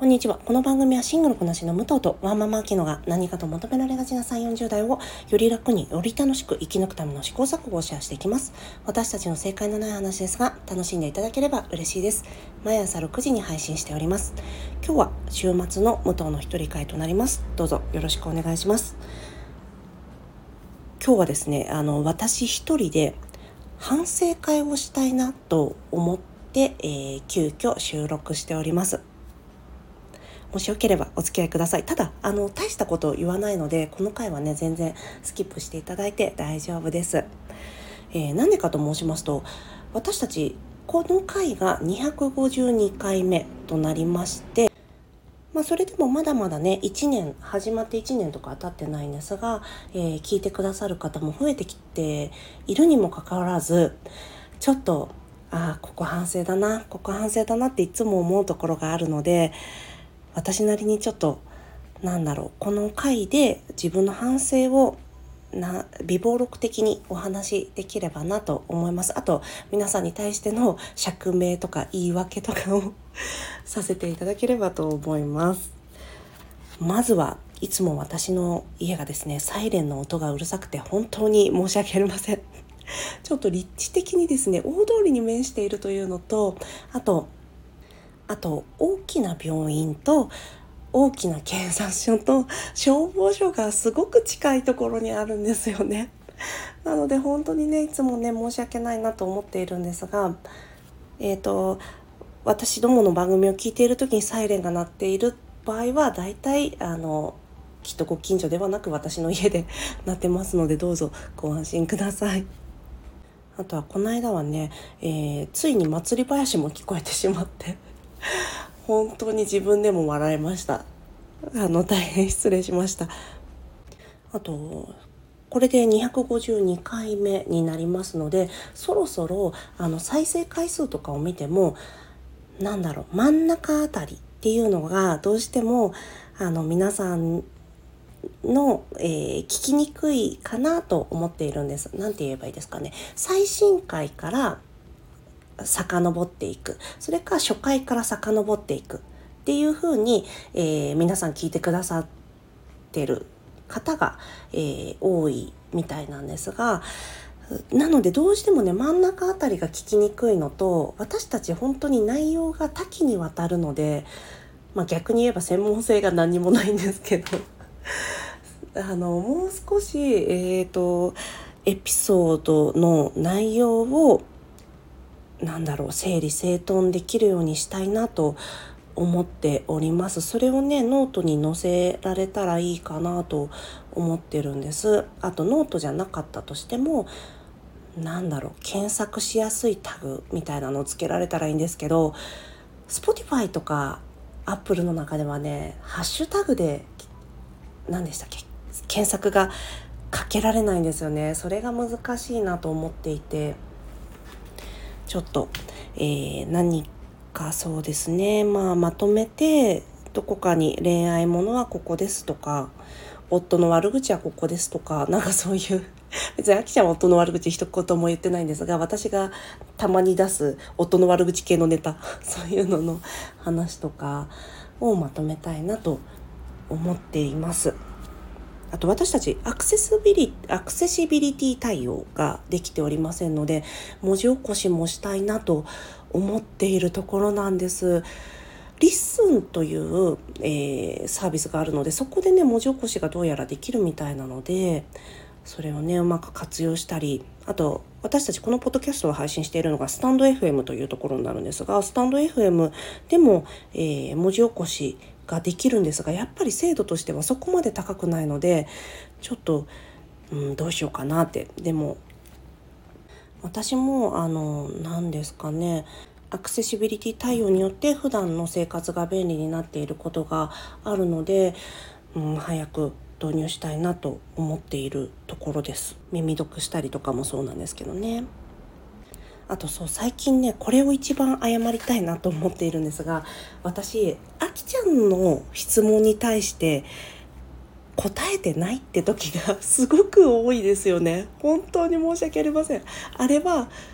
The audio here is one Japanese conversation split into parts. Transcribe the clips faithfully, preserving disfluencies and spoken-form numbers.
こんにちは。この番組はシングルこなしの武藤とワンママアキノが何かと求められがちなさんじゅう、よんじゅう代をより楽により楽しく生き抜くための試行錯誤をシェアしていきます。私たちの正解のない話ですが、楽しんでいただければ嬉しいです。毎朝ろくじに配信しております。今日は週末の武藤の一人会となります。どうぞよろしくお願いします。今日はですね、あの私一人で反省会をしたいなと思って、えー、急遽収録しております。もしよければお付き合いください。ただあの大したことを言わないので、この回はね全然スキップしていただいて大丈夫です。えー、なんでかと申しますと、私たちこの回がにひゃくごじゅうにかいめとなりまして、まあ、それでもまだまだねいちねん始まっていちねんとか経ってないんですが、えー、聞いてくださる方も増えてきているにもかかわらず、ちょっとあここ反省だなここ反省だなっていつも思うところがあるので、私なりにちょっとなんだろうこの回で自分の反省をな微暴録的にお話できればなと思います。あと皆さんに対しての釈明とか言い訳とかをさせていただければと思います。まずはいつも私の家がですねサイレンの音がうるさくて本当に申し訳ありません。ちょっと立地的にですね大通りに面しているというのと、あとあと大きな病院と大きな警察署と消防署がすごく近いところにあるんですよね。なので本当にねいつもね申し訳ないなと思っているんですが、えーと私どもの番組を聞いている時にサイレンが鳴っている場合はだいたいあのきっとご近所ではなく私の家で鳴ってますので、どうぞご安心ください。あとはこの間はね、えー、ついに祭り林も聞こえてしまって本当に自分でも笑いました。あの大変失礼しました。あとこれでにひゃくごじゅうにかいめになりますので、そろそろあの再生回数とかを見てもなんだろう真ん中あたりっていうのがどうしてもあの皆さんの、えー、聞きにくいかなと思っているんです。なんて言えばいいですかね。最新回から遡っていく、それか初回から遡っていくっていう風に、えー、皆さん聞いてくださってる方が、えー、多いみたいなんですが、なのでどうしてもね真ん中あたりが聞きにくいのと、私たち本当に内容が多岐にわたるので、まあ、逆に言えば専門性が何にもないんですけどあのもう少し、えーと、エピソードの内容をなんだろう整理整頓できるようにしたいなと思っております。それをねノートに載せられたらいいかなと思ってるんです。あとノートじゃなかったとしてもなんだろう検索しやすいタグみたいなのをつけられたらいいんですけど、 Spotify とか Apple の中ではねハッシュタグで何でしたっけ検索がかけられないんですよね。それが難しいなと思っていて、ちょっと、えー、何かそうですね、まあ、まとめてどこかに恋愛ものはここですとか、夫の悪口はここですとか、なんかそういう別にあきちゃんは夫の悪口一言も言ってないんですが、私がたまに出す夫の悪口系のネタそういうのの話とかをまとめたいなと思っています。あと私たちアクセシビリ、アクセシビリティ対応ができておりませんので、文字起こしもしたいなと思っているところなんです。リッスンという、えー、サービスがあるので、そこでね文字起こしがどうやらできるみたいなので、それをねうまく活用したり、あと私たちこのポッドキャストを配信しているのがスタンド エフエム というところになるんですが、スタンド エフエム でも、えー、文字起こしができるんですが、やっぱり精度としてはそこまで高くないので、ちょっと、うん、どうしようかなって。でも私もあの何ですかね、アクセシビリティ対応によって普段の生活が便利になっていることがあるので、うん、早く導入したいなと思っているところです。耳読したりとかもそうなんですけどね。あとそう最近ねこれを一番謝りたいなと思っているんですが、私あきちゃんの質問に対して答えてないって時がすごく多いですよね。本当に申し訳ありません。あれは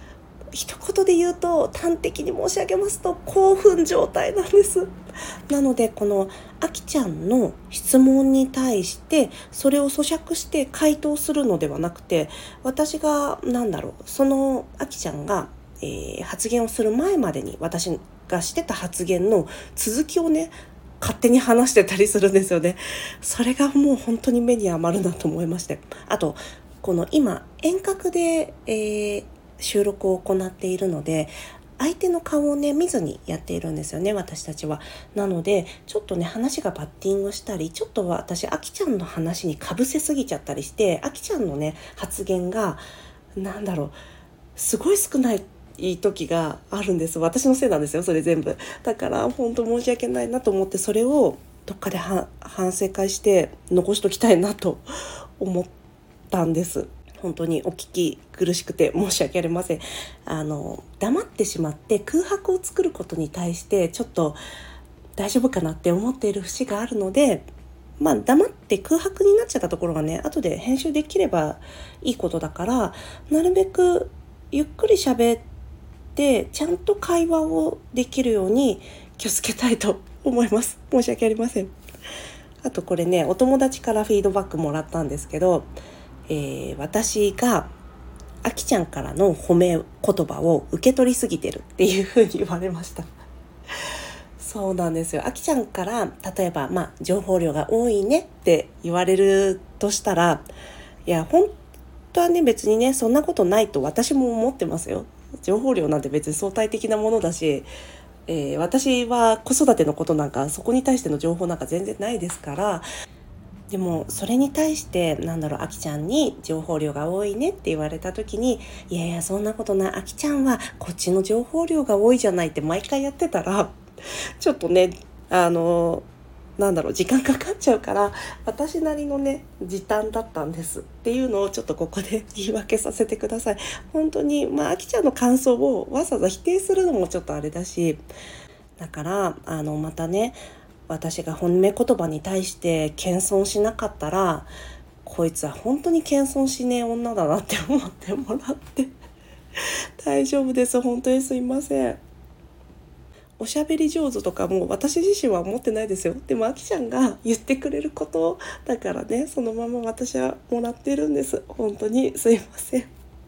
一言で言うと、端的に申し上げますと興奮状態なんです。なのでこのあきちゃんの質問に対してそれを咀嚼して回答するのではなくて、私がなんだろうそのあきちゃんが、えー発言をする前までに私がしてた発言の続きをね勝手に話してたりするんですよね。それがもう本当に目に余るなと思いまして、あとこの今遠隔で、えー収録を行っているので、相手の顔をね見ずにやっているんですよね、私たちは。なのでちょっとね話がバッティングしたり、ちょっと私あきちゃんの話にかぶせすぎちゃったりして、あきちゃんのね発言がなんだろうすごい少ないいい時があるんです。私のせいなんですよ、それ全部。だから本当申し訳ないなと思って、それをどっかでは反省会して残しときたいなと思ったんです。本当にお聞き苦しくて申し訳ありません。あの黙ってしまって空白を作ることに対してちょっと大丈夫かなって思っている節があるので、まあ黙って空白になっちゃったところがね後で編集できればいいことだから、なるべくゆっくり喋ってちゃんと会話をできるように気をつけたいと思います。申し訳ありません。あとこれねお友達からフィードバックもらったんですけど、えー私があきちゃんからの褒め言葉を受け取りすぎてるっていう風に言われました。そうなんですよ。あきちゃんから例えば、まあ、情報量が多いねって言われるとしたら、いや本当はね別にねそんなことないと私も思ってますよ。情報量なんて別に相対的なものだし、えー私は子育てのことなんかそこに対しての情報なんか全然ないですから。でもそれに対してなんだろうあきちゃんに情報量が多いねって言われた時に、いやいやそんなことない、あきちゃんはこっちの情報量が多いじゃないって毎回やってたらちょっとねあのなんだろう時間かかっちゃうから、私なりのね時短だったんですっていうのをちょっとここで言い訳させてください。本当にまああきちゃんの感想をわざわざ否定するのもちょっとあれだし、だからあのまたね私が褒め言葉に対して謙遜しなかったら、こいつは本当に謙遜しねえ女だなって思ってもらって大丈夫です。本当にすいません。おしゃべり上手とかも私自身は思ってないですよ。でもあきちゃんが言ってくれることだからね、そのまま私はもらってるんです。本当にすいません。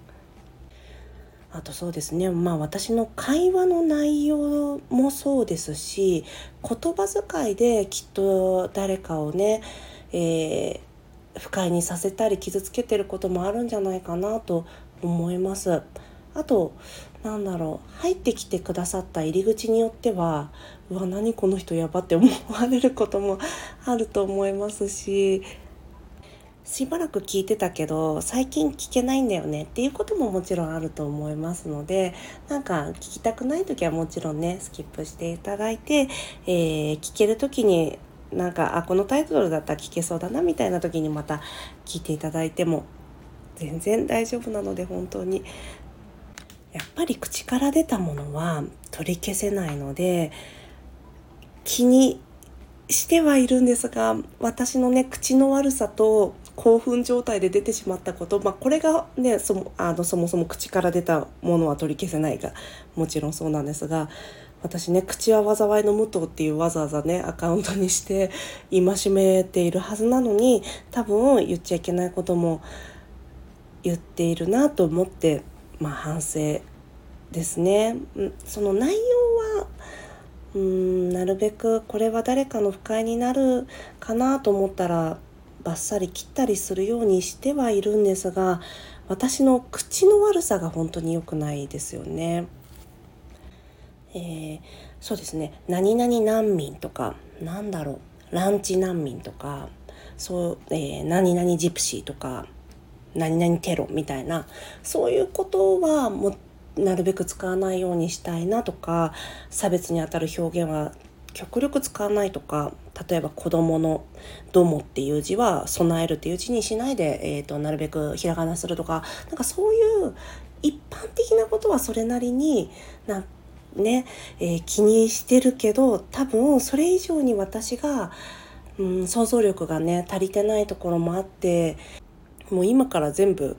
あとそうですね、まあ私の会話の内容もそうですし、言葉遣いできっと誰かをね、えー不快にさせたり傷つけてることもあるんじゃないかなと思います。あとなんだろう入ってきてくださった入り口によっては、うわ何この人やばって思われることもあると思いますし、しばらく聞いてたけど最近聞けないんだよねっていうことももちろんあると思いますので、なんか聞きたくない時はもちろんねスキップしていただいて、えー聞ける時になんかあこのタイトルだったら聞けそうだなみたいな時にまた聞いていただいても全然大丈夫なので、本当にやっぱり口から出たものは取り消せないので気にしてはいるんですが、私のね口の悪さと興奮状態で出てしまったこと、まあ、これがねそもあのそもそも口から出たものは取り消せないがもちろんそうなんですが、私ね口は災いの無党っていうわざわざねアカウントにして戒めているはずなのに、多分言っちゃいけないことも言っているなと思って、まあ反省ですね。うんその内容はうーんなるべくこれは誰かの不快になるかなと思ったらバッサリ切ったりするようにしてはいるんですが、私の口の悪さが本当に良くないですよね。えーそうですね、何々難民とかなんだろうランチ難民とかそう、えー何々ジプシーとか何々テロみたいな、そういうことはもうなるべく使わないようにしたいなとか、差別にあたる表現は極力使わないとか、例えば子供のどもっていう字は備えるっていう字にしないで、えー、となるべくひらがなするとか、なんかそういう一般的なことはそれなりになね、えー気にしてるけど、多分それ以上に私が、うん、想像力がね足りてないところもあって、もう今から全部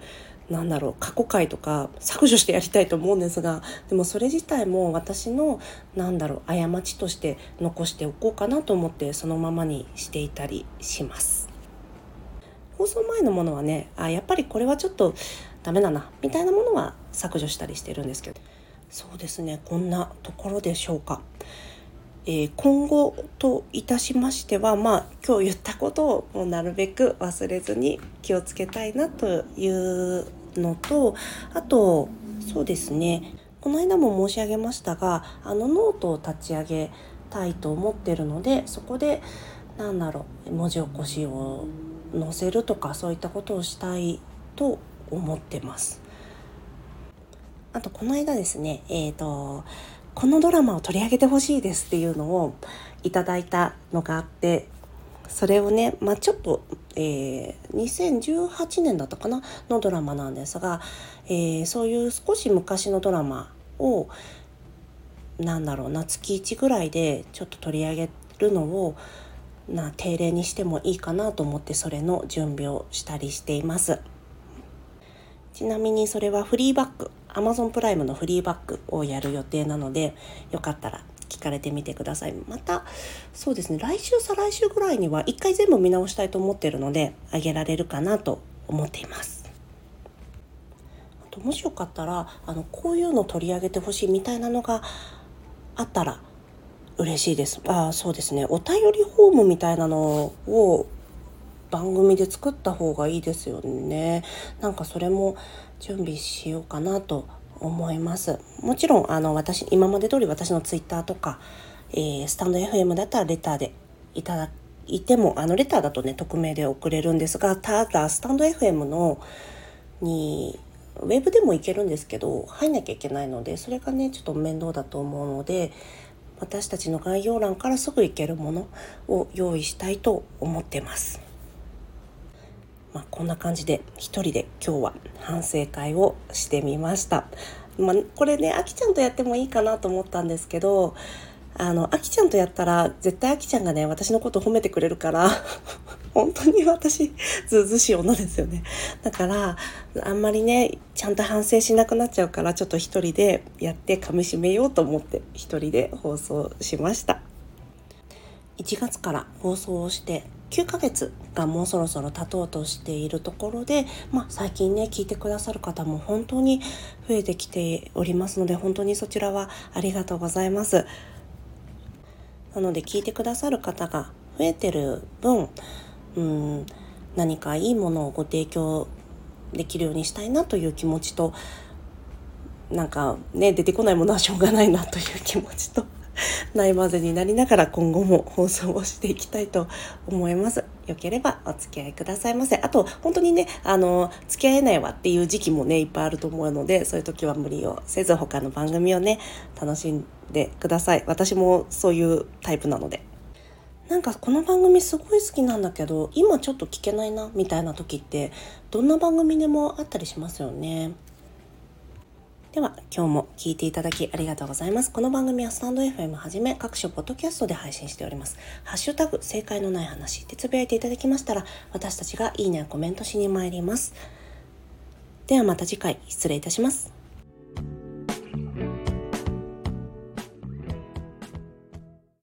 なんだろう過去回とか削除してやりたいと思うんですが、でもそれ自体も私のなんだろう過ちとして残しておこうかなと思ってそのままにしていたりします。放送前のものはね、あやっぱりこれはちょっとダメだなみたいなものは削除したりしてるんですけど、そうですね、こんなところでしょうか。えー今後といたしましては、まあ今日言ったことをもうなるべく忘れずに気をつけたいなというのと、あとそうですね、この間も申し上げましたが、あのノートを立ち上げたいと思ってるので、そこでなんだろう文字起こしを載せるとかそういったことをしたいと思ってます。あとこの間ですね、えーとこのドラマを取り上げてほしいですっていうのをいただいたのがあって、それをね、まあ、ちょっと、えーにせんじゅうはちねんだったかなのドラマなんですが、えーそういう少し昔のドラマをなんだろうな月いちぐらいでちょっと取り上げるのをな定例にしてもいいかなと思って、それの準備をしたりしています。ちなみにそれはフリーバック Amazon プライムのフリーバックをやる予定なので、よかったら聞かれてみてください。またそうですね、来週再来週ぐらいには一回全部見直したいと思っているのであげられるかなと思っています。あともしよかったらあのこういうの取り上げてほしいみたいなのがあったら嬉しいです。あ、そうですね、お便りフォームみたいなのを番組で作った方がいいですよね。なんかそれも準備しようかなと思います。もちろんあの私今まで通り私のツイッターとか、えー、スタンド エフエム だったらレターでいただいても、あのレターだとね匿名で送れるんですが、ただスタンド エフエム のにウェブでもいけるんですけど入んなきゃいけないので、それがねちょっと面倒だと思うので、私たちの概要欄からすぐ行けるものを用意したいと思ってます。まあ、こんな感じで一人で今日は反省会をしてみました。まあ、これねあきちゃんとやってもいいかなと思ったんですけど、あのあきちゃんとやったら絶対あきちゃんがね私のこと褒めてくれるから本当に私ずうずうしい女ですよね。だからあんまりねちゃんと反省しなくなっちゃうから、ちょっと一人でやって噛み締めようと思って一人で放送しました。いちがつから放送をしてきゅうかげつがもうそろそろ経とうとしているところで、まあ、最近ね聞いてくださる方も本当に増えてきておりますので、本当にそちらはありがとうございます。なので聞いてくださる方が増えてる分、うん、何かいいものをご提供できるようにしたいなという気持ちと、なんかね出てこないものはしょうがないなという気持ちとないまぜになりながら今後も放送をしていきたいと思います。よければお付き合いくださいませ。あと本当にねあの付き合えないわっていう時期もねいっぱいあると思うので、そういう時は無理をせず他の番組をね楽しんでください。私もそういうタイプなので。なんかこの番組すごい好きなんだけど今ちょっと聞けないなみたいな時ってどんな番組でもあったりしますよね。では今日も聞いていただきありがとうございます。この番組はスタンド エフエム はじめ各種ポッドキャストで配信しております。ハッシュタグ正解のない話でつぶやいていただきましたら、私たちがいいねやコメントしに参ります。ではまた次回失礼いたします。